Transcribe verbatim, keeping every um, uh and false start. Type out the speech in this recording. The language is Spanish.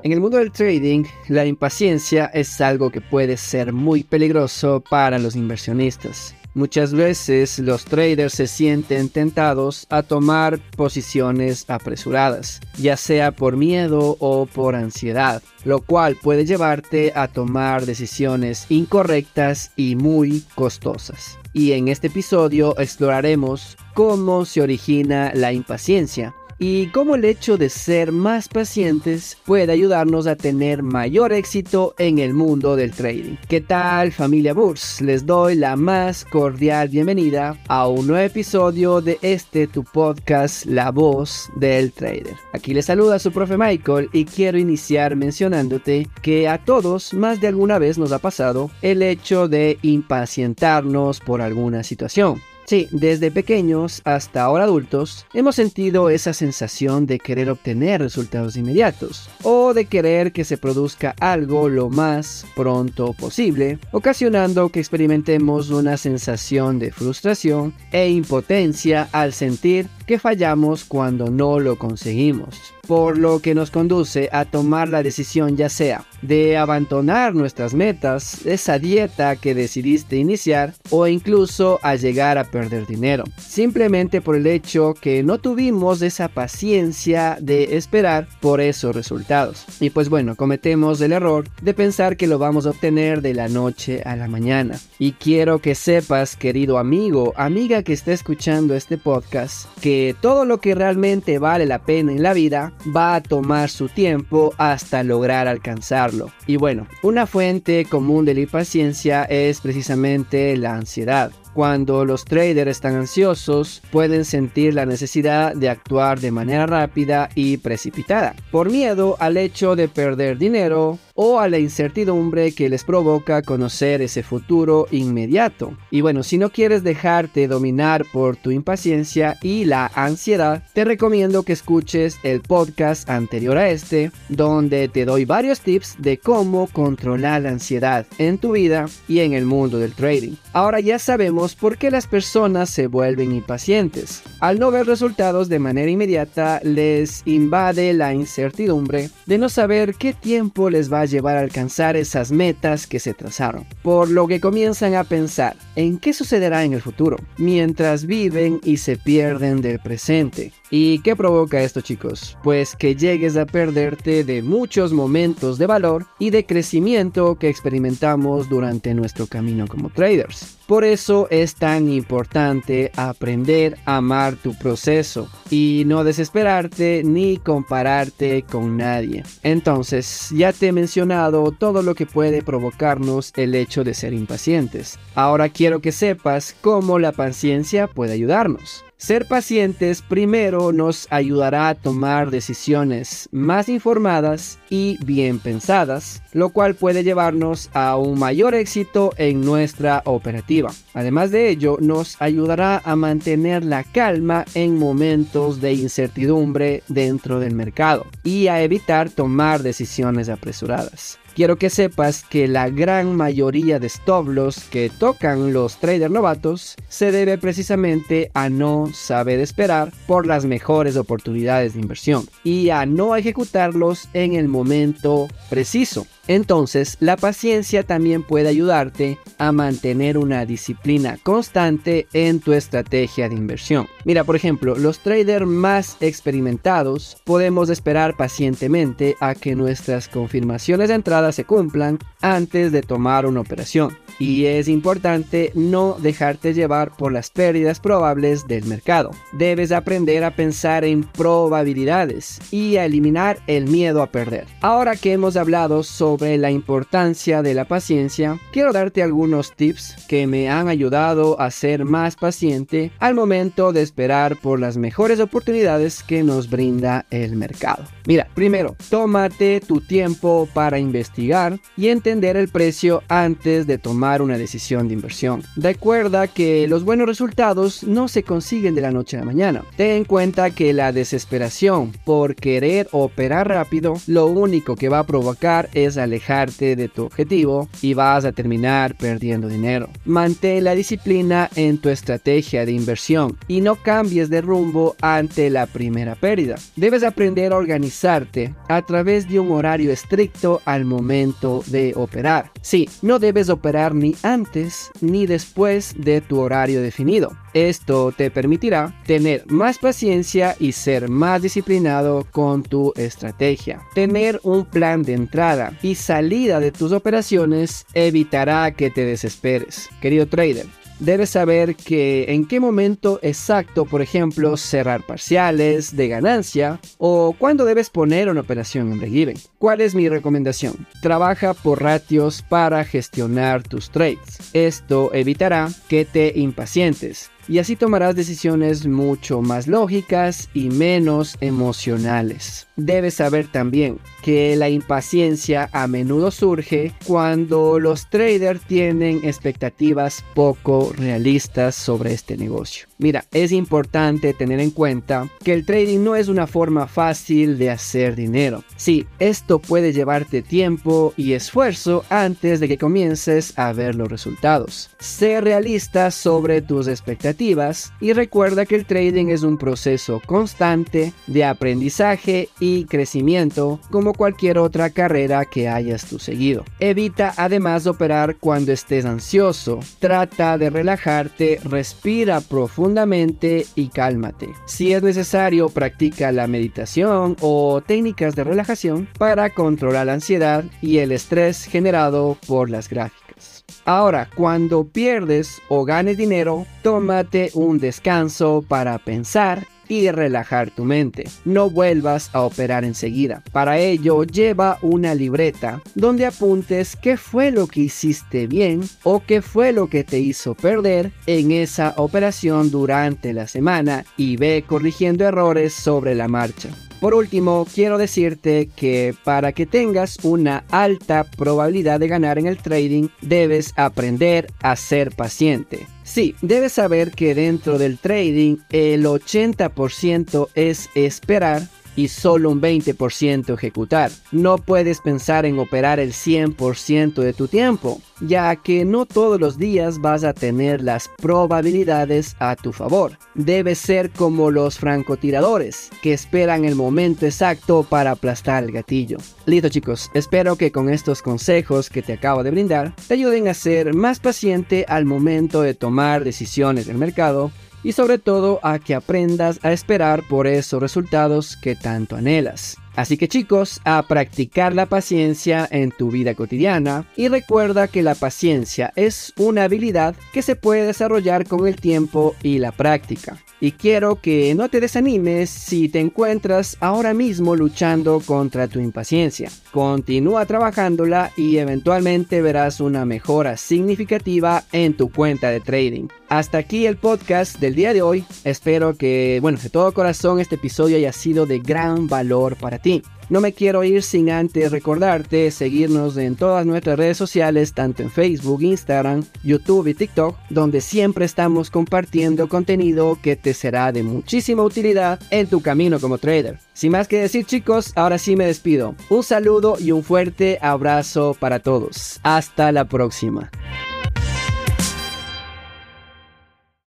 En el mundo del trading, la impaciencia es algo que puede ser muy peligroso para los inversionistas. Muchas veces los traders se sienten tentados a tomar posiciones apresuradas, ya sea por miedo o por ansiedad, lo cual puede llevarte a tomar decisiones incorrectas y muy costosas. Y en este episodio exploraremos cómo se origina la impaciencia y cómo el hecho de ser más pacientes puede ayudarnos a tener mayor éxito en el mundo del trading. ¿Qué tal, familia Burs? Les doy la más cordial bienvenida a un nuevo episodio de este tu podcast, La Voz del Trader. Aquí les saluda su profe Michael y quiero iniciar mencionándote que a todos más de alguna vez nos ha pasado el hecho de impacientarnos por alguna situación. Sí, desde pequeños hasta ahora adultos, hemos sentido esa sensación de querer obtener resultados inmediatos o de querer que se produzca algo lo más pronto posible, ocasionando que experimentemos una sensación de frustración e impotencia al sentir que fallamos cuando no lo conseguimos, por lo que nos conduce a tomar la decisión ya sea de abandonar nuestras metas, esa dieta que decidiste iniciar o incluso a llegar a perder dinero, simplemente por el hecho que no tuvimos esa paciencia de esperar por esos resultados. Y pues bueno, cometemos el error de pensar que lo vamos a obtener de la noche a la mañana. Y quiero que sepas, querido amigo, amiga que está escuchando este podcast, que todo lo que realmente vale la pena en la vida va a tomar su tiempo hasta lograr alcanzarlo. Y bueno, una fuente común de la impaciencia es precisamente la ansiedad. Cuando los traders están ansiosos, pueden sentir la necesidad de actuar de manera rápida y precipitada, por miedo al hecho de perder dinero o a la incertidumbre que les provoca conocer ese futuro inmediato. Y bueno, si no quieres dejarte dominar por tu impaciencia y la ansiedad, te recomiendo que escuches el podcast anterior a este, donde te doy varios tips de cómo controlar la ansiedad en tu vida y en el mundo del trading. Ahora ya sabemos por qué las personas se vuelven impacientes. Al no ver resultados de manera inmediata, les invade la incertidumbre de no saber qué tiempo les va a llevar a alcanzar esas metas que se trazaron, por lo que comienzan a pensar en qué sucederá en el futuro, mientras viven y se pierden del presente. ¿Y qué provoca esto, chicos? Pues que llegues a perderte de muchos momentos de valor y de crecimiento que experimentamos durante nuestro camino como traders. Por eso es tan importante aprender a amar tu proceso y no desesperarte ni compararte con nadie. Entonces, ya te he mencionado todo lo que puede provocarnos el hecho de ser impacientes. Ahora quiero que sepas cómo la paciencia puede ayudarnos. Ser pacientes primero nos ayudará a tomar decisiones más informadas y bien pensadas, lo cual puede llevarnos a un mayor éxito en nuestra operativa. Además de ello, nos ayudará a mantener la calma en momentos de incertidumbre dentro del mercado y a evitar tomar decisiones apresuradas. Quiero que sepas que la gran mayoría de stop loss que tocan los traders novatos se debe precisamente a no saber esperar por las mejores oportunidades de inversión y a no ejecutarlos en el momento preciso. Entonces, la paciencia también puede ayudarte a mantener una disciplina constante en tu estrategia de inversión. Mira, por ejemplo, los traders más experimentados podemos esperar pacientemente a que nuestras confirmaciones de entrada se cumplan antes de tomar una operación. Y es importante no dejarte llevar por las pérdidas probables del mercado. Debes aprender a pensar en probabilidades y a eliminar el miedo a perder. Ahora que hemos hablado sobre la importancia de la paciencia, quiero darte algunos tips que me han ayudado a ser más paciente al momento de esperar por las mejores oportunidades que nos brinda el mercado. Mira, primero, tómate tu tiempo para investigar y entender el precio antes de tomar tomar una decisión de inversión. Recuerda que los buenos resultados no se consiguen de la noche a la mañana. Ten en cuenta que la desesperación por querer operar rápido lo único que va a provocar es alejarte de tu objetivo y vas a terminar perdiendo dinero. Mantén la disciplina en tu estrategia de inversión y no cambies de rumbo ante la primera pérdida. Debes aprender a organizarte a través de un horario estricto al momento de operar. Sí, no debes operar ni antes ni después de tu horario definido. Esto te permitirá tener más paciencia y ser más disciplinado con tu estrategia. Tener un plan de entrada y salida de tus operaciones evitará que te desesperes. Querido trader, debes saber que en qué momento exacto, por ejemplo, cerrar parciales de ganancia o cuándo debes poner una operación en break-even. ¿Cuál es mi recomendación? Trabaja por ratios para gestionar tus trades. Esto evitará que te impacientes y así tomarás decisiones mucho más lógicas y menos emocionales. Debes saber también que la impaciencia a menudo surge cuando los traders tienen expectativas poco realistas sobre este negocio. Mira, es importante tener en cuenta que el trading no es una forma fácil de hacer dinero. Sí, esto puede llevarte tiempo y esfuerzo antes de que comiences a ver los resultados. Sé realista sobre tus expectativas y recuerda que el trading es un proceso constante de aprendizaje y crecimiento como cualquier otra carrera que hayas tú seguido. Evita además operar cuando estés ansioso. Trata de relajarte, respira profundamente y cálmate. Si es necesario, practica la meditación o técnicas de relajación para controlar la ansiedad y el estrés generado por las gráficas. Ahora, cuando pierdes o ganes dinero, tómate un descanso para pensar y relajar tu mente. No vuelvas a operar enseguida. Para ello, lleva una libreta donde apuntes qué fue lo que hiciste bien o qué fue lo que te hizo perder en esa operación durante la semana y ve corrigiendo errores sobre la marcha. Por último, quiero decirte que para que tengas una alta probabilidad de ganar en el trading, debes aprender a ser paciente. Sí, debes saber que dentro del trading el ochenta por ciento es esperar y solo un veinte por ciento ejecutar. No puedes pensar en operar el cien por ciento de tu tiempo, ya que no todos los días vas a tener las probabilidades a tu favor. Debes ser como los francotiradores, que esperan el momento exacto para aplastar el gatillo. Listo chicos, espero que con estos consejos que te acabo de brindar, te ayuden a ser más paciente al momento de tomar decisiones del mercado y sobre todo a que aprendas a esperar por esos resultados que tanto anhelas. Así que chicos, a practicar la paciencia en tu vida cotidiana y recuerda que la paciencia es una habilidad que se puede desarrollar con el tiempo y la práctica. Y quiero que no te desanimes si te encuentras ahora mismo luchando contra tu impaciencia. Continúa trabajándola y eventualmente verás una mejora significativa en tu cuenta de trading. Hasta aquí el podcast del día de hoy. Espero que, bueno, de todo corazón este episodio haya sido de gran valor para ti. No me quiero ir sin antes recordarte seguirnos en todas nuestras redes sociales, tanto en Facebook, Instagram, YouTube y TikTok, donde siempre estamos compartiendo contenido que te será de muchísima utilidad en tu camino como trader. Sin más que decir chicos, ahora sí me despido. Un saludo y un fuerte abrazo para todos. Hasta la próxima.